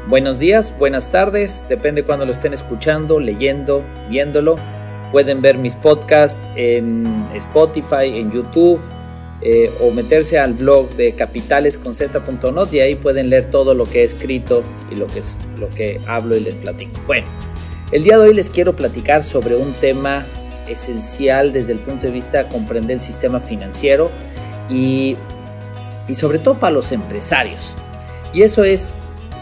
Buenos días, buenas tardes, depende cuando lo estén escuchando, leyendo, viéndolo. Pueden ver mis podcasts en Spotify, en YouTube, o meterse al blog de capitalesconz.not y ahí pueden leer todo lo que he escrito y lo que hablo y les platico. Bueno, el día de hoy les quiero platicar sobre un tema esencial desde el punto de vista de comprender el sistema financiero y sobre todo para los empresarios. Y eso es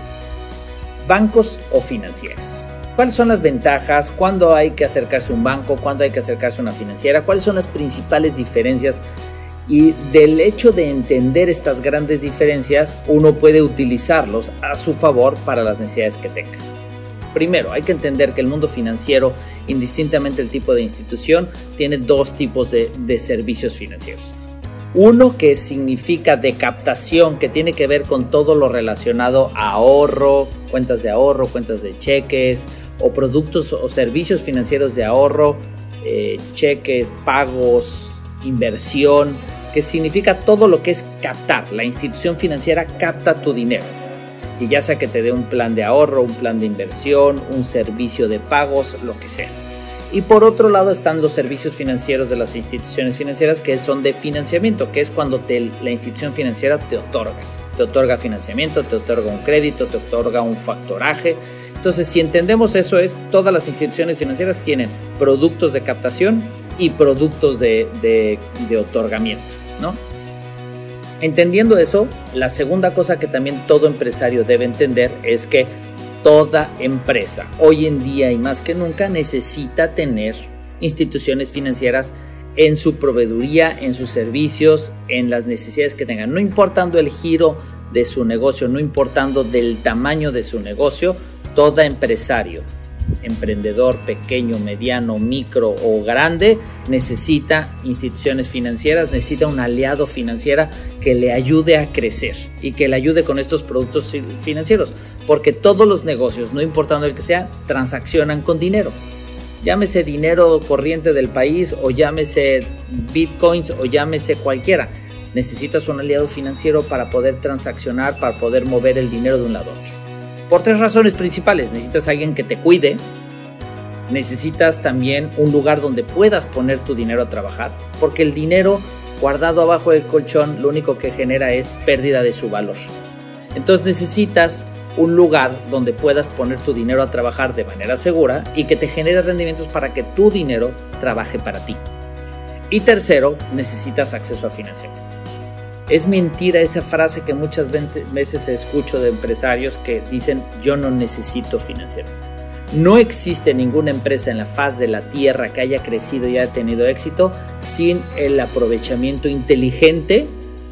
bancos o financieras. ¿Cuáles son las ventajas? ¿Cuándo hay que acercarse a un banco? ¿Cuándo hay que acercarse a una financiera? ¿Cuáles son las principales diferencias? Y del hecho de entender estas grandes diferencias, uno puede utilizarlos a su favor para las necesidades que tenga. Primero, hay que entender que el mundo financiero, indistintamente del tipo de institución, tiene dos tipos de servicios financieros. Uno que significa de captación, que tiene que ver con todo lo relacionado a ahorro, cuentas de ahorro, cuentas de cheques o productos o servicios financieros de ahorro, cheques, pagos, inversión, que significa todo lo que es captar. La institución financiera capta tu dinero. Y ya sea que te dé un plan de ahorro, un plan de inversión, un servicio de pagos, lo que sea. Y por otro lado están los servicios financieros de las instituciones financieras que son de financiamiento, que es cuando la institución financiera te otorga financiamiento, te otorga un crédito, te otorga un factoraje. Entonces, si entendemos eso, todas las instituciones financieras tienen productos de captación y productos de otorgamiento, ¿no? Entendiendo eso, la segunda cosa que también todo empresario debe entender es que toda empresa, hoy en día y más que nunca, necesita tener instituciones financieras en su proveeduría, en sus servicios, en las necesidades que tengan. No importando el giro de su negocio, no importando del tamaño de su negocio, todo empresario, emprendedor pequeño, mediano, micro o grande, necesita instituciones financieras, necesita un aliado financiero que le ayude a crecer y que le ayude con estos productos financieros, porque todos los negocios, no importando el que sea, transaccionan con dinero. Llámese dinero corriente del país o llámese bitcoins o llámese cualquiera. Necesitas un aliado financiero para poder transaccionar, para poder mover el dinero de un lado a otro. Por tres razones principales. Necesitas a alguien que te cuide, necesitas también un lugar donde puedas poner tu dinero a trabajar, porque el dinero guardado abajo del colchón lo único que genera es pérdida de su valor. Entonces necesitas un lugar donde puedas poner tu dinero a trabajar de manera segura y que te genere rendimientos para que tu dinero trabaje para ti. Y tercero, necesitas acceso a financiamiento. Es mentira esa frase que muchas veces escucho de empresarios que dicen: yo no necesito financiamiento. No existe ninguna empresa en la faz de la tierra que haya crecido y haya tenido éxito sin el aprovechamiento inteligente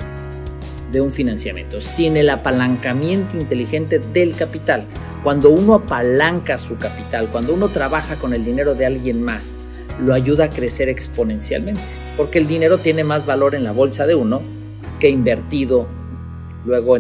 de un financiamiento, sin el apalancamiento inteligente del capital. Cuando uno apalanca su capital, cuando uno trabaja con el dinero de alguien más, lo ayuda a crecer exponencialmente, porque el dinero tiene más valor en la bolsa de uno que invertido luego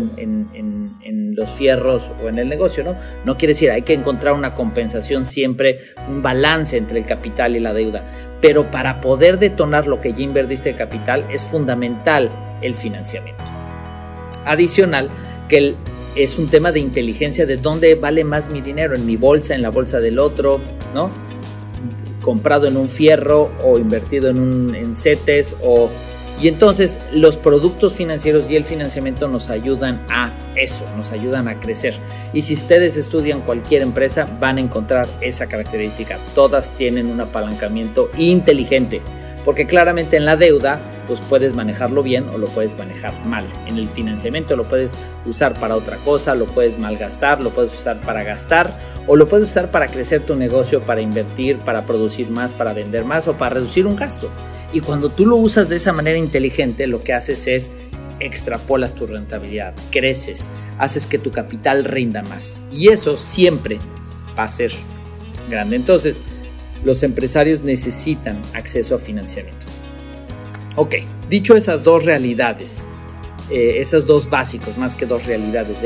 en los fierros o en el negocio, ¿no? No quiere decir, hay que encontrar una compensación siempre, un balance entre el capital y la deuda, pero para poder detonar lo que ya invertiste de capital es fundamental el financiamiento. Adicional, que es un tema de inteligencia de dónde vale más mi dinero, en mi bolsa, en la bolsa del otro, ¿no? Comprado en un fierro o invertido en CETES y entonces los productos financieros y el financiamiento nos ayudan a eso, nos ayudan a crecer. Y si ustedes estudian cualquier empresa, van a encontrar esa característica. Todas tienen un apalancamiento inteligente, porque claramente en la deuda pues puedes manejarlo bien o lo puedes manejar mal. En el financiamiento lo puedes usar para otra cosa, lo puedes malgastar, lo puedes usar para gastar o lo puedes usar para crecer tu negocio, para invertir, para producir más, para vender más o para reducir un gasto. Y cuando tú lo usas de esa manera inteligente, lo que haces es extrapolas tu rentabilidad, creces, haces que tu capital rinda más. Y eso siempre va a ser grande. Entonces, los empresarios necesitan acceso a financiamiento. Ok, dicho esas dos realidades, esos dos básicos, más que dos realidades,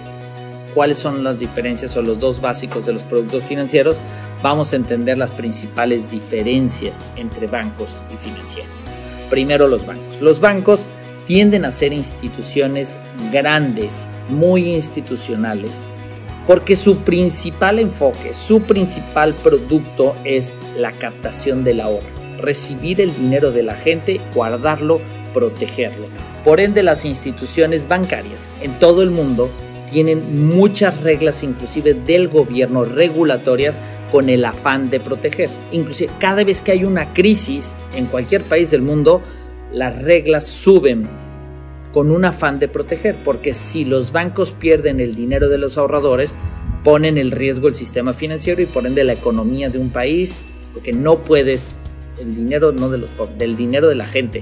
cuáles son las diferencias o los dos básicos de los productos financieros, vamos a entender las principales diferencias entre bancos y financieras. Primero, los bancos. Los bancos tienden a ser instituciones grandes, muy institucionales, Porque su principal enfoque, su principal producto es la captación del ahorro, recibir el dinero de la gente, guardarlo, protegerlo. Por ende, las instituciones bancarias en todo el mundo tienen muchas reglas, inclusive del gobierno, regulatorias, con el afán de proteger. Inclusive cada vez que hay una crisis en cualquier país del mundo, las reglas suben con un afán de proteger, porque si los bancos pierden el dinero de los ahorradores, ponen en riesgo el sistema financiero y por ende la economía de un país, porque no puedes, el dinero no del dinero de la gente,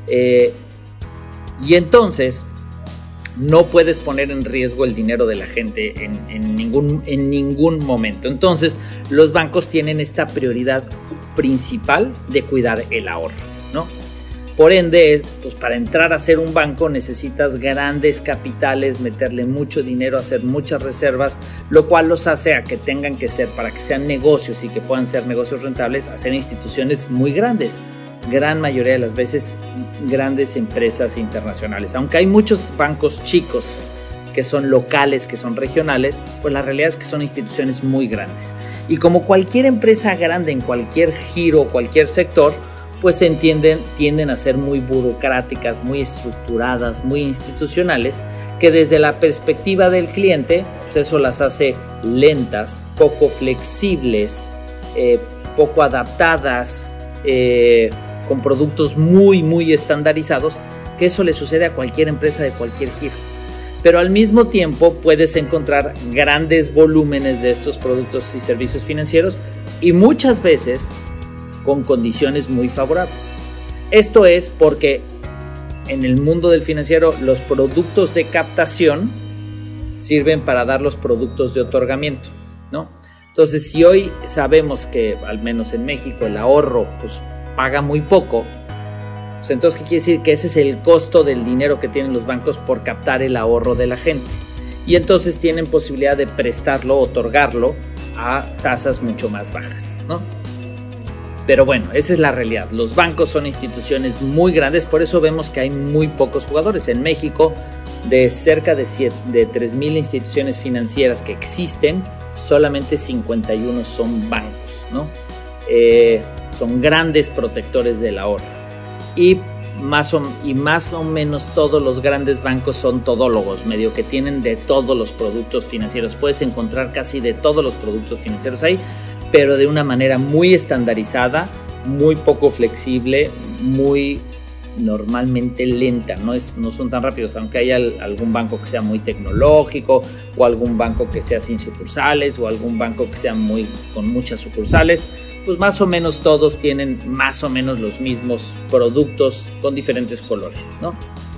y entonces no puedes poner en riesgo el dinero de la gente en ningún momento. Entonces los bancos tienen esta prioridad principal de cuidar el ahorro, ¿no? Por ende, pues para entrar a ser un banco necesitas grandes capitales, meterle mucho dinero, hacer muchas reservas, lo cual los hace a que tengan que ser, para que sean negocios y que puedan ser negocios rentables, hacer instituciones muy grandes. Gran mayoría de las veces grandes empresas internacionales. Aunque hay muchos bancos chicos que son locales, que son regionales, pues la realidad es que son instituciones muy grandes. Y como cualquier empresa grande en cualquier giro, cualquier sector, pues tienden a ser muy burocráticas, muy estructuradas, muy institucionales, que desde la perspectiva del cliente, pues eso las hace lentas, poco flexibles, poco adaptadas, con productos muy estandarizados, que eso le sucede a cualquier empresa de cualquier giro. Pero al mismo tiempo puedes encontrar grandes volúmenes de estos productos y servicios financieros y muchas veces con condiciones muy favorables. Esto es porque en el mundo del financiero los productos de captación sirven para dar los productos de otorgamiento, ¿no? Entonces, si hoy sabemos que al menos en México el ahorro pues paga muy poco, pues entonces ¿qué quiere decir? Que ese es el costo del dinero que tienen los bancos por captar el ahorro de la gente. Y entonces tienen posibilidad de prestarlo, otorgarlo a tasas mucho más bajas, ¿no? Pero bueno, esa es la realidad. Los bancos son instituciones muy grandes, por eso vemos que hay muy pocos jugadores. En México, de cerca de 3,000 instituciones financieras que existen, solamente 51 son bancos, ¿no? Son grandes protectores del ahorro. Y más o menos todos los grandes bancos son todólogos, medio que tienen de todos los productos financieros. Puedes encontrar casi de todos los productos financieros ahí, pero de una manera muy estandarizada, muy poco flexible, muy normalmente lenta, no son tan rápidos, aunque haya algún banco que sea muy tecnológico, o algún banco que sea sin sucursales, o algún banco que sea con muchas sucursales, pues más o menos todos tienen más o menos los mismos productos con diferentes colores, ¿no?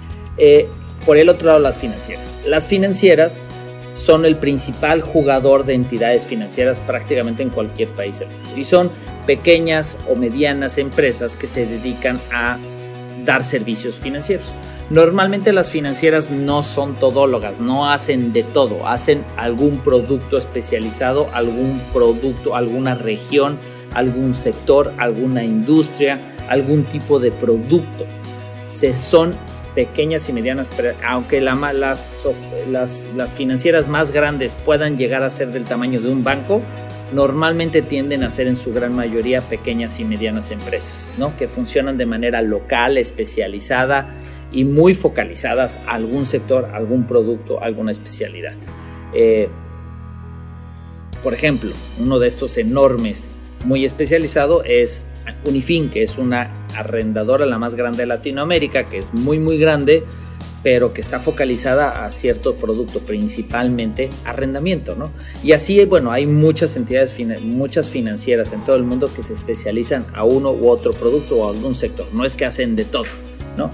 Por el otro lado, las financieras. Las financieras son el principal jugador de entidades financieras prácticamente en cualquier país del mundo. Y son pequeñas o medianas empresas que se dedican a dar servicios financieros. Normalmente las financieras no son todólogas, no hacen de todo, hacen algún producto especializado, algún producto, alguna región, algún sector, alguna industria, algún tipo de producto. Son pequeñas y medianas, pero aunque las financieras más grandes puedan llegar a ser del tamaño de un banco, normalmente tienden a ser en su gran mayoría pequeñas y medianas empresas, ¿no? Que funcionan de manera local, especializada y muy focalizadas a algún sector, algún producto, alguna especialidad. Por ejemplo, uno de estos enormes, muy especializado es Unifin, que es una arrendadora, la más grande de Latinoamérica, que es muy grande, pero que está focalizada a cierto producto, principalmente arrendamiento, ¿no? Y así, bueno, hay muchas entidades, muchas financieras en todo el mundo que se especializan a uno u otro producto o a algún sector, no es que hacen de todo, ¿no?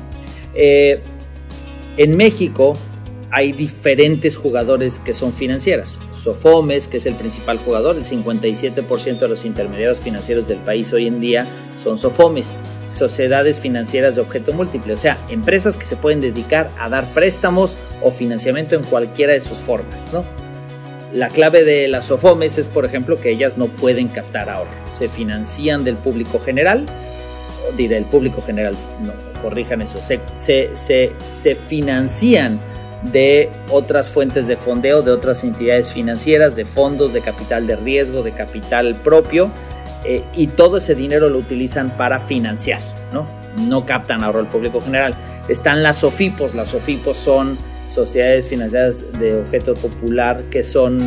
En México hay diferentes jugadores que son financieras. Sofomes, que es el principal jugador, el 57% de los intermediarios financieros del país hoy en día son Sofomes, sociedades financieras de objeto múltiple, o sea, empresas que se pueden dedicar a dar préstamos o financiamiento en cualquiera de sus formas, ¿no? La clave de las Sofomes es, por ejemplo, que ellas no pueden captar ahorro, se financian del público general, no, corrijan eso, se financian de otras fuentes de fondeo, de otras entidades financieras, de fondos, de capital de riesgo, de capital propio, y todo ese dinero lo utilizan para financiar, no captan ahorro al público general. Están las SOFIPOS. Las SOFIPOS son sociedades financieras de objeto popular que son,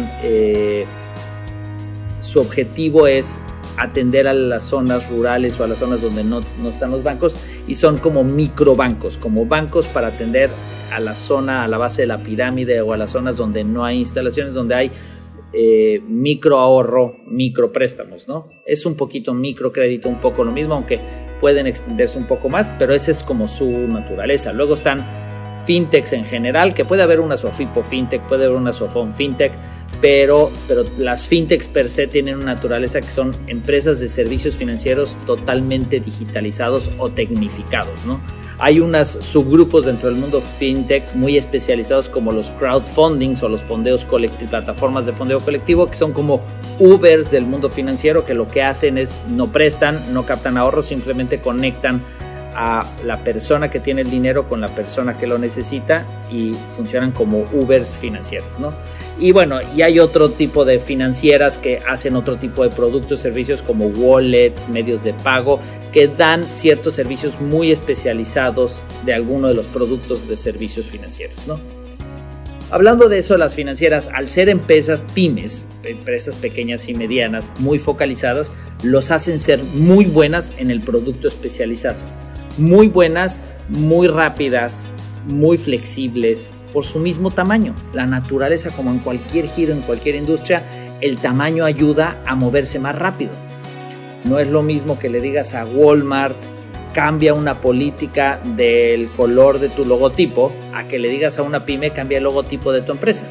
su objetivo es atender a las zonas rurales o a las zonas donde no están los bancos, y son como microbancos, como bancos para atender a la zona, a la base de la pirámide, o a las zonas donde no hay instalaciones, donde hay micro ahorro, micro préstamos, Es un poquito microcrédito, un poco lo mismo, aunque pueden extenderse un poco más, pero esa es como su naturaleza. Luego están fintechs en general, que puede haber una SOFIPO fintech, puede haber una SOFON fintech, pero las fintechs per se tienen una naturaleza que son empresas de servicios financieros totalmente digitalizados o tecnificados, Hay unos subgrupos dentro del mundo fintech muy especializados, como los crowdfundings o los fondeos colectivos, plataformas de fondeo colectivo, que son como Ubers del mundo financiero, que lo que hacen es no prestan, no captan ahorros, simplemente conectan a la persona que tiene el dinero con la persona que lo necesita y funcionan como Ubers financieros, Y bueno, y hay otro tipo de financieras que hacen otro tipo de productos, servicios como wallets, medios de pago, que dan ciertos servicios muy especializados de alguno de los productos de servicios financieros, Hablando de eso, las financieras, al ser empresas pymes, empresas pequeñas y medianas, muy focalizadas, los hacen ser muy buenas en el producto especializado. Muy buenas, muy rápidas, muy flexibles, por su mismo tamaño. La naturaleza, como en cualquier giro, en cualquier industria, el tamaño ayuda a moverse más rápido. No es lo mismo que le digas a Walmart, cambia una política del color de tu logotipo, a que le digas a una pyme, cambia el logotipo de tu empresa,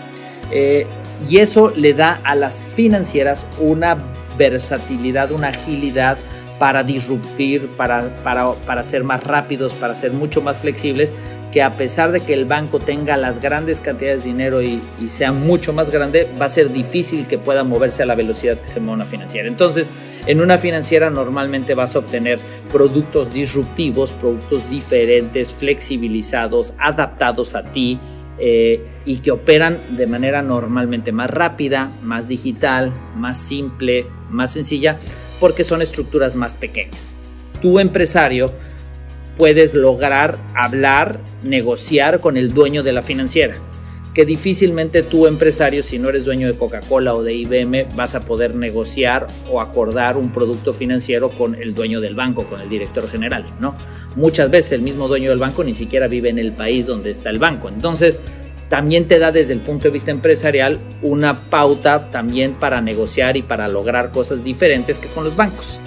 y eso le da a las financieras una versatilidad, una agilidad para disruptir, para ser más rápidos, para ser mucho más flexibles, que a pesar de que el banco tenga las grandes cantidades de dinero y sea mucho más grande, va a ser difícil que pueda moverse a la velocidad que se mueve una financiera. Entonces, en una financiera normalmente vas a obtener productos disruptivos, productos diferentes, flexibilizados, adaptados a ti, y que operan de manera normalmente más rápida, más digital, más simple, más sencilla, porque son estructuras más pequeñas. Tu empresario puedes lograr hablar, negociar con el dueño de la financiera, que difícilmente tu empresario, si no eres dueño de Coca-Cola o de IBM, vas a poder negociar o acordar un producto financiero con el dueño del banco, con el director general, Muchas veces el mismo dueño del banco ni siquiera vive en el país donde está el banco. Entonces, también te da desde el punto de vista empresarial una pauta también para negociar y para lograr cosas diferentes que con los bancos.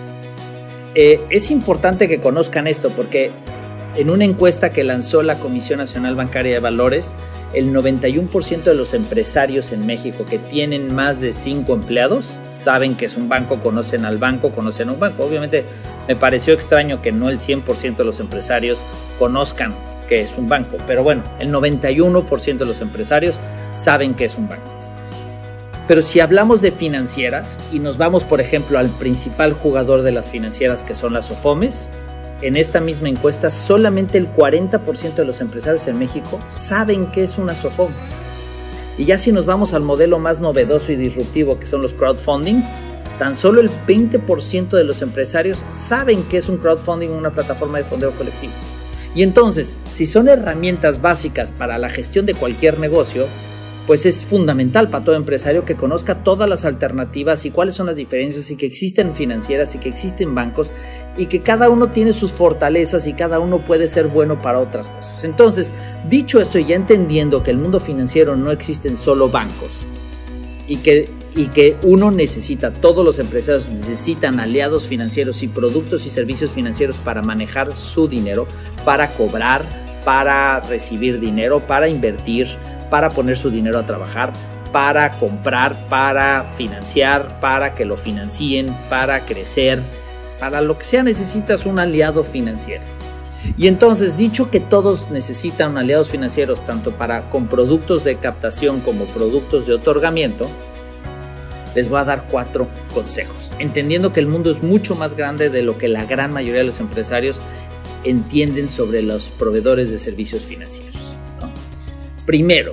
Es importante que conozcan esto, porque en una encuesta que lanzó la Comisión Nacional Bancaria de Valores, el 91% de los empresarios en México que tienen más de 5 empleados saben que es un banco, conocen al banco, conocen a un banco. Obviamente me pareció extraño que no el 100% de los empresarios conozcan que es un banco, pero bueno, el 91% de los empresarios saben que es un banco. Pero si hablamos de financieras y nos vamos, por ejemplo, al principal jugador de las financieras, que son las SOFOMES, en esta misma encuesta solamente el 40% de los empresarios en México saben qué es una SOFOM. Y ya si nos vamos al modelo más novedoso y disruptivo, que son los crowdfundings, tan solo el 20% de los empresarios saben qué es un crowdfunding, una plataforma de fondeo colectivo. Y entonces, si son herramientas básicas para la gestión de cualquier negocio, pues es fundamental para todo empresario que conozca todas las alternativas y cuáles son las diferencias, y que existen financieras y que existen bancos, y que cada uno tiene sus fortalezas y cada uno puede ser bueno para otras cosas. Entonces, dicho esto, y ya entendiendo que el mundo financiero no existen solo bancos, y que uno necesita, todos los empresarios necesitan aliados financieros y productos y servicios financieros para manejar su dinero, para cobrar, para recibir dinero, para invertir, para poner su dinero a trabajar, para comprar, para financiar, para que lo financien, para crecer, para lo que sea necesitas un aliado financiero. Y entonces, dicho que todos necesitan aliados financieros, tanto con productos de captación como productos de otorgamiento, les voy a dar 4 consejos, entendiendo que el mundo es mucho más grande de lo que la gran mayoría de los empresarios entienden sobre los proveedores de servicios financieros, ¿no? Primero,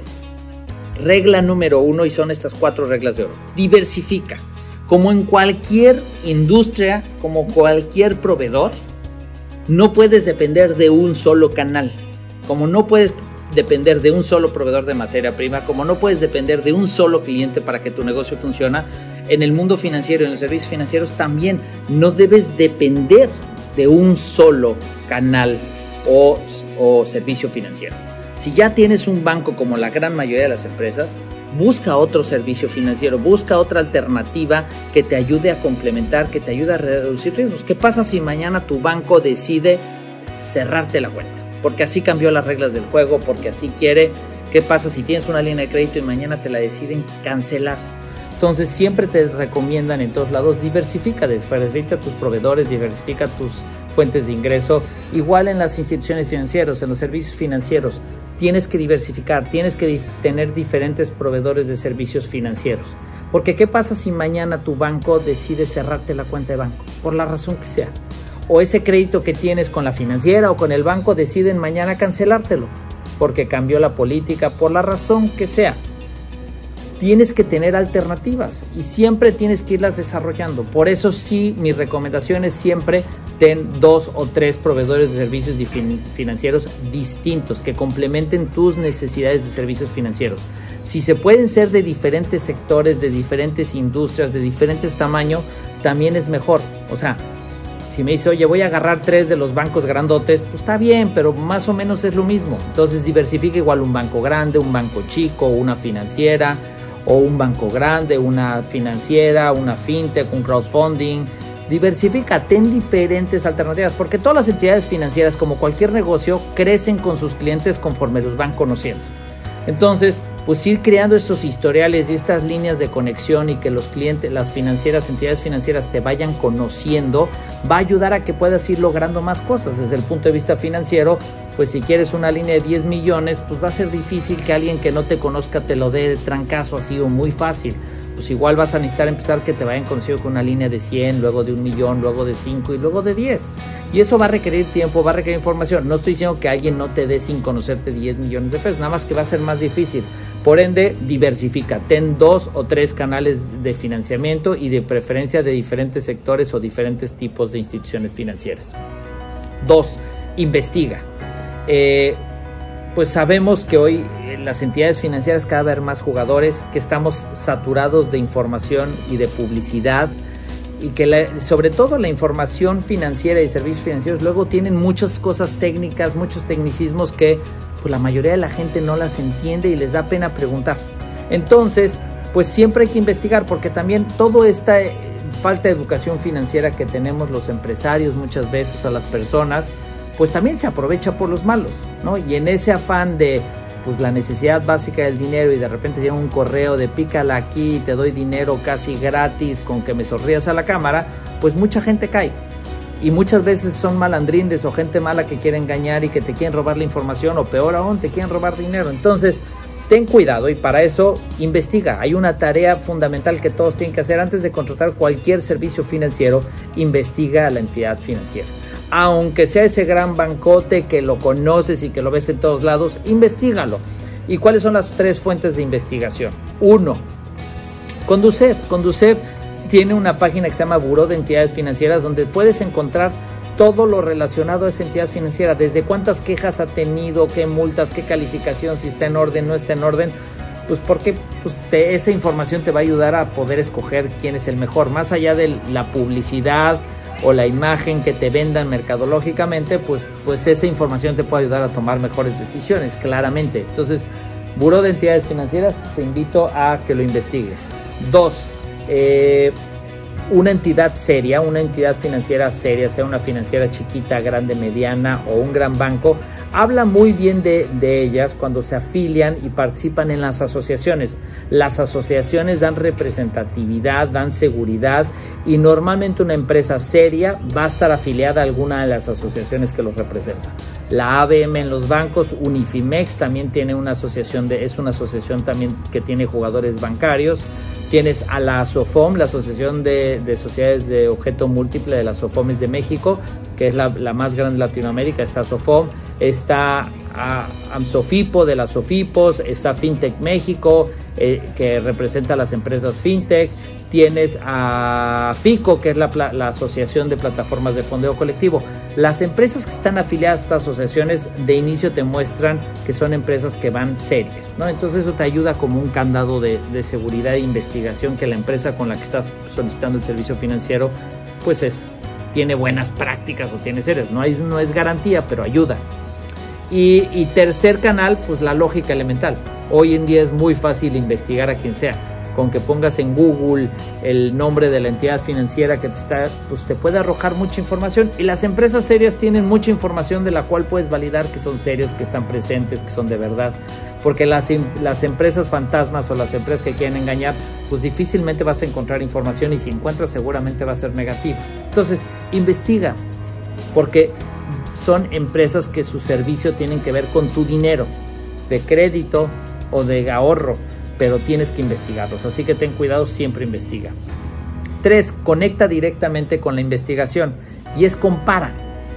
regla número 1, y son estas 4 reglas de oro: diversifica. Como en cualquier industria, como cualquier proveedor, no puedes depender de un solo canal. Como no puedes depender de un solo proveedor de materia prima, como no puedes depender de un solo cliente para que tu negocio funcione, en el mundo financiero, en los servicios financieros también no debes depender de un solo canal o servicio financiero. Si ya tienes un banco, como la gran mayoría de las empresas, busca otro servicio financiero, busca otra alternativa que te ayude a complementar, que te ayude a reducir riesgos. ¿Qué pasa si mañana tu banco decide cerrarte la cuenta? Porque así cambió las reglas del juego, porque así quiere. ¿Qué pasa si tienes una línea de crédito y mañana te la deciden cancelar? Entonces siempre te recomiendan en todos lados: diversifica tus proveedores, diversifica tus fuentes de ingreso. Igual en las instituciones financieras, en los servicios financieros, tienes que diversificar, tienes que tener diferentes proveedores de servicios financieros. Porque ¿qué pasa si mañana tu banco decide cerrarte la cuenta de banco? Por la razón que sea. O ese crédito que tienes con la financiera o con el banco deciden mañana cancelártelo porque cambió la política, por la razón que sea. Tienes que tener alternativas y siempre tienes que irlas desarrollando. Por eso sí, mi recomendación es siempre ten 2 o 3 proveedores de servicios financieros distintos que complementen tus necesidades de servicios financieros. Si se pueden ser de diferentes sectores, de diferentes industrias, de diferentes tamaños, también es mejor. O sea, si me dice, oye, voy a agarrar 3 de los bancos grandotes, pues está bien, pero más o menos es lo mismo. Entonces diversifica igual un banco grande, un banco chico, una financiera, o un banco grande, una financiera, una fintech, un crowdfunding. Diversifica, ten diferentes alternativas, porque todas las entidades financieras, como cualquier negocio, crecen con sus clientes conforme los van conociendo. Entonces, pues ir creando estos historiales y estas líneas de conexión y que los clientes, las financieras, entidades financieras te vayan conociendo, va a ayudar a que puedas ir logrando más cosas. Desde el punto de vista financiero, pues si quieres una línea de 10 millones, pues va a ser difícil que alguien que no te conozca te lo dé de trancazo, ha sido muy fácil. Pues igual vas a necesitar empezar que te vayan conocido con una línea de 100, luego de 1 millón, luego de 5 y luego de 10. Y eso va a requerir tiempo, va a requerir información. No estoy diciendo que alguien no te dé sin conocerte 10 millones de pesos, nada más que va a ser más difícil. Por ende, diversifica, ten 2 o 3 canales de financiamiento y de preferencia de diferentes sectores o diferentes tipos de instituciones financieras. 2, investiga. Pues sabemos que hoy en las entidades financieras cada vez más jugadores, que estamos saturados de información y de publicidad, y que sobre todo la información financiera y servicios financieros luego tienen muchas cosas técnicas, muchos tecnicismos que pues la mayoría de la gente no las entiende y les da pena preguntar. Entonces, pues siempre hay que investigar, porque también toda esta falta de educación financiera que tenemos los empresarios muchas veces, a las personas, pues también se aprovecha por los malos, ¿no? Y en ese afán de pues la necesidad básica del dinero, y de repente llega un correo de pícala aquí y te doy dinero casi gratis con que me sonrías a la cámara, pues mucha gente cae. Y muchas veces son malandrines o gente mala que quiere engañar y que te quieren robar la información, o peor aún, te quieren robar dinero. Entonces, ten cuidado, y para eso investiga. Hay una tarea fundamental que todos tienen que hacer antes de contratar cualquier servicio financiero: investiga a la entidad financiera. Aunque sea ese gran bancote que lo conoces y que lo ves en todos lados, investígalo. ¿Y cuáles son las 3 fuentes de investigación? 1, Conducef. Conducef tiene una página que se llama Buró de Entidades Financieras, donde puedes encontrar todo lo relacionado a esa entidad financiera, desde cuántas quejas ha tenido, qué multas, qué calificación, si está en orden, no está en orden, pues porque esa información te va a ayudar a poder escoger quién es el mejor, más allá de la publicidad o la imagen que te vendan mercadológicamente, pues esa información te puede ayudar a tomar mejores decisiones, claramente. Entonces, Buró de Entidades Financieras, te invito a que lo investigues. 2, una entidad seria, una entidad financiera seria, sea una financiera chiquita, grande, mediana o un gran banco, habla muy bien de ellas cuando se afilian y participan en las asociaciones. Las asociaciones dan representatividad, dan seguridad, y normalmente una empresa seria va a estar afiliada a alguna de las asociaciones que los representa. La ABM en los bancos, Unifimex también tiene una asociación, es una asociación también que tiene jugadores bancarios. Tienes a la ASOFOM, la Asociación de Sociedades de Objeto Múltiple de las ASOFOMes de México, que es la más grande de Latinoamérica. Está ASOFOM, está a AMSOFIPO de las SOFIPOS, está FinTech México, que representa a las empresas FinTech, tienes a FICO, que es la Asociación de Plataformas de Fondeo Colectivo. Las empresas que están afiliadas a estas asociaciones de inicio te muestran que son empresas que van serias, ¿no? Entonces eso te ayuda como un candado de seguridad e investigación, que la empresa con la que estás solicitando el servicio financiero pues tiene buenas prácticas o tiene serias. No es garantía, pero ayuda. Y tercer canal, pues la lógica elemental. Hoy en día es muy fácil investigar a quien sea. Con que pongas en Google el nombre de la entidad financiera que pues te puede arrojar mucha información. Y las empresas serias tienen mucha información de la cual puedes validar que son serias, que están presentes, que son de verdad. Porque las empresas fantasmas o las empresas que quieren engañar, pues difícilmente vas a encontrar información, y si encuentras seguramente va a ser negativa. Entonces, investiga, porque son empresas que su servicio tienen que ver con tu dinero, de crédito o de ahorro, pero tienes que investigarlos, así que ten cuidado, siempre investiga. 3, conecta directamente con la investigación, y es compara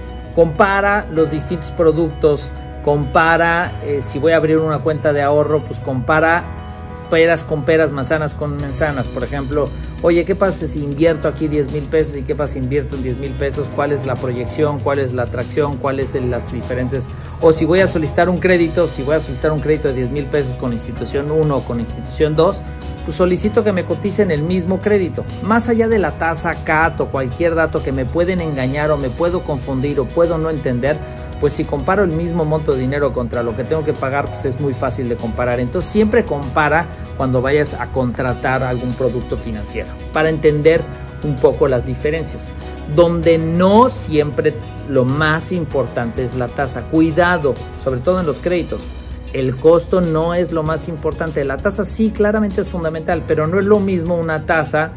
los distintos productos, compara, si voy a abrir una cuenta de ahorro, pues compara peras con peras, manzanas con manzanas. Por ejemplo, oye, ¿qué pasa si invierto aquí 10,000 pesos y qué pasa si invierto en 10,000 pesos? ¿Cuál es la proyección? ¿Cuál es la atracción? ¿Cuáles son las diferentes? O si voy a solicitar un crédito, de 10,000 pesos con institución 1 o con institución 2, pues solicito que me coticen el mismo crédito. Más allá de la tasa CAT o cualquier dato que me pueden engañar o me puedo confundir o puedo no entender, pues si comparo el mismo monto de dinero contra lo que tengo que pagar, pues es muy fácil de comparar. Entonces siempre compara cuando vayas a contratar algún producto financiero para entender un poco las diferencias. Donde no siempre lo más importante es la tasa. Cuidado, sobre todo en los créditos. El costo no es lo más importante. La tasa sí, claramente es fundamental, pero no es lo mismo una tasa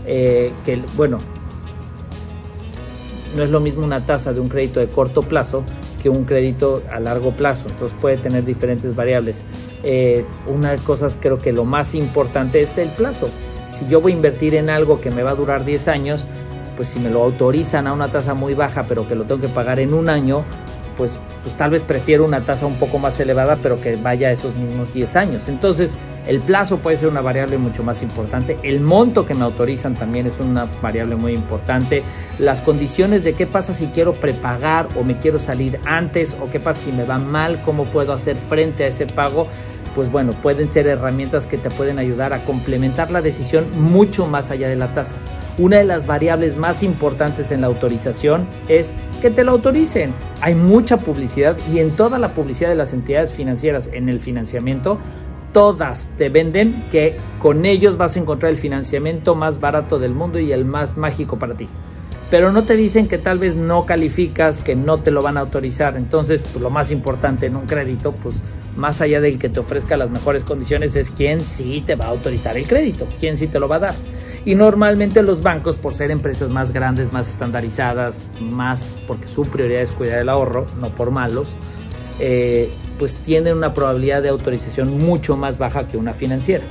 no es lo mismo una tasa de un crédito de corto plazo que un crédito a largo plazo. Entonces puede tener diferentes variables. Una de las cosas, creo que lo más importante es el plazo. Si yo voy a invertir en algo que me va a durar 10 años, pues si me lo autorizan a una tasa muy baja, pero que lo tengo que pagar en un año, pues tal vez prefiero una tasa un poco más elevada, pero que vaya a esos mismos 10 años. Entonces, el plazo puede ser una variable mucho más importante. El monto que me autorizan también es una variable muy importante. Las condiciones de qué pasa si quiero prepagar o me quiero salir antes, o qué pasa si me va mal, cómo puedo hacer frente a ese pago. Pues bueno, pueden ser herramientas que te pueden ayudar a complementar la decisión mucho más allá de la tasa. Una de las variables más importantes en la autorización es que te lo autoricen. Hay mucha publicidad, y en toda la publicidad de las entidades financieras en el financiamiento, todas te venden que con ellos vas a encontrar el financiamiento más barato del mundo y el más mágico para ti. Pero no te dicen que tal vez no calificas, que no te lo van a autorizar. Entonces, pues lo más importante en un crédito, pues más allá del que te ofrezca las mejores condiciones, es quién sí te va a autorizar el crédito, quién sí te lo va a dar. Y normalmente los bancos, por ser empresas más grandes, más estandarizadas, más porque su prioridad es cuidar el ahorro, no por malos, pues tienen una probabilidad de autorización mucho más baja que una financiera.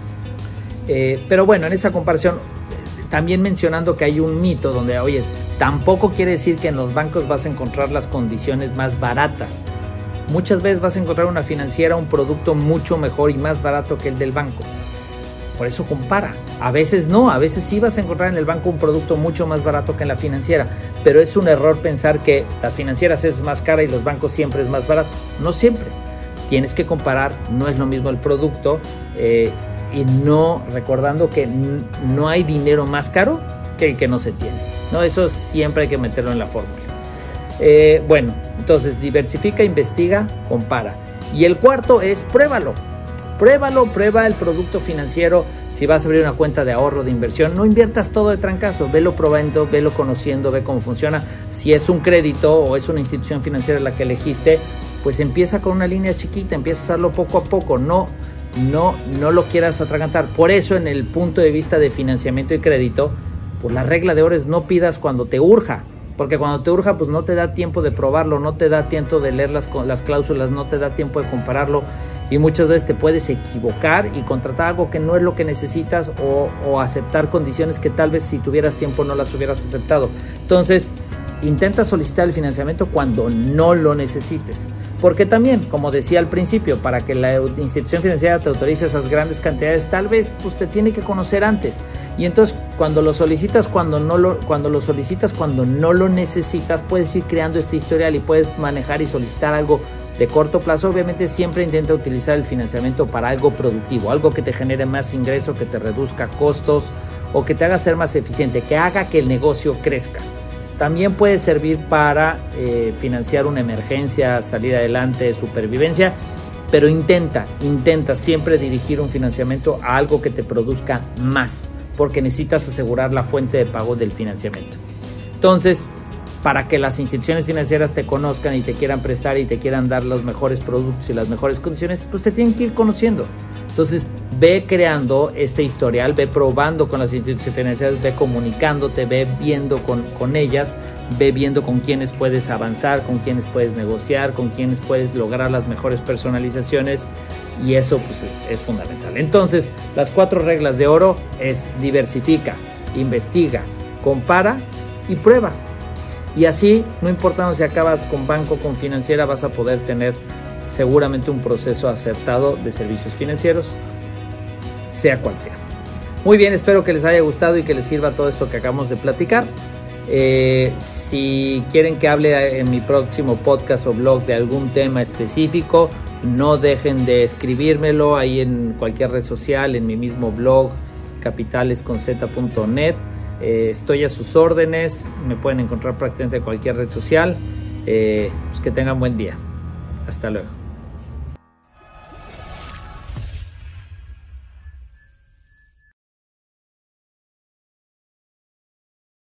Pero bueno, en esa comparación, también mencionando que hay un mito donde, oye, tampoco quiere decir que en los bancos vas a encontrar las condiciones más baratas. Muchas veces vas a encontrar una financiera un producto mucho mejor y más barato que el del banco. Por eso compara. A veces no, a veces sí vas a encontrar en el banco un producto mucho más barato que en la financiera, pero es un error pensar que las financieras es más cara y los bancos siempre es más barato. No siempre. Tienes que comparar, no es lo mismo el producto, y no, recordando que no hay dinero más caro que el que no se tiene, ¿no? Eso siempre hay que meterlo en la fórmula. Bueno, entonces diversifica, investiga, compara. Y el cuarto es pruébalo. Prueba el producto financiero. Si vas a abrir una cuenta de ahorro, de inversión, no inviertas todo de trancazo, velo probando, velo conociendo, ve cómo funciona. Si es un crédito o es una institución financiera la que elegiste, pues empieza con una línea chiquita, empieza a usarlo poco a poco, no lo quieras atragantar. Por eso, en el punto de vista de financiamiento y crédito, pues la regla de oro es no pidas cuando te urja. Porque cuando te urja, pues no te da tiempo de probarlo, no te da tiempo de leer las cláusulas, no te da tiempo de compararlo, y muchas veces te puedes equivocar y contratar algo que no es lo que necesitas, o aceptar condiciones que tal vez si tuvieras tiempo no las hubieras aceptado. Entonces, intenta solicitar el financiamiento cuando no lo necesites. Porque también, como decía al principio, para que la institución financiera te autorice esas grandes cantidades, tal vez pues, te tiene que conocer antes. Y entonces, cuando lo solicitas cuando no lo necesitas, puedes ir creando este historial y puedes manejar y solicitar algo de corto plazo. Obviamente siempre intenta utilizar el financiamiento para algo productivo, algo que te genere más ingreso, que te reduzca costos o que te haga ser más eficiente, que haga que el negocio crezca. También puede servir para financiar una emergencia, salir adelante, supervivencia, pero intenta siempre dirigir un financiamiento a algo que te produzca más, porque necesitas asegurar la fuente de pago del financiamiento. Entonces, para que las instituciones financieras te conozcan y te quieran prestar y te quieran dar los mejores productos y las mejores condiciones, pues te tienen que ir conociendo. Entonces, ve creando este historial, ve probando con las instituciones financieras, ve comunicándote, ve viendo con ellas, ve viendo con quiénes puedes avanzar, con quiénes puedes negociar, con quiénes puedes lograr las mejores personalizaciones, y eso pues es fundamental. Entonces, las 4 reglas de oro es: diversifica, investiga, compara y prueba. Y así, no importando si acabas con banco o con financiera, vas a poder tener seguramente un proceso acertado de servicios financieros, sea cual sea. Muy bien, espero que les haya gustado y que les sirva todo esto que acabamos de platicar. Si quieren que hable en mi próximo podcast o blog de algún tema específico, no dejen de escribírmelo ahí en cualquier red social, en mi mismo blog, capitalesconz.net. Estoy a sus órdenes, me pueden encontrar prácticamente en cualquier red social. Pues que tengan buen día. Hasta luego.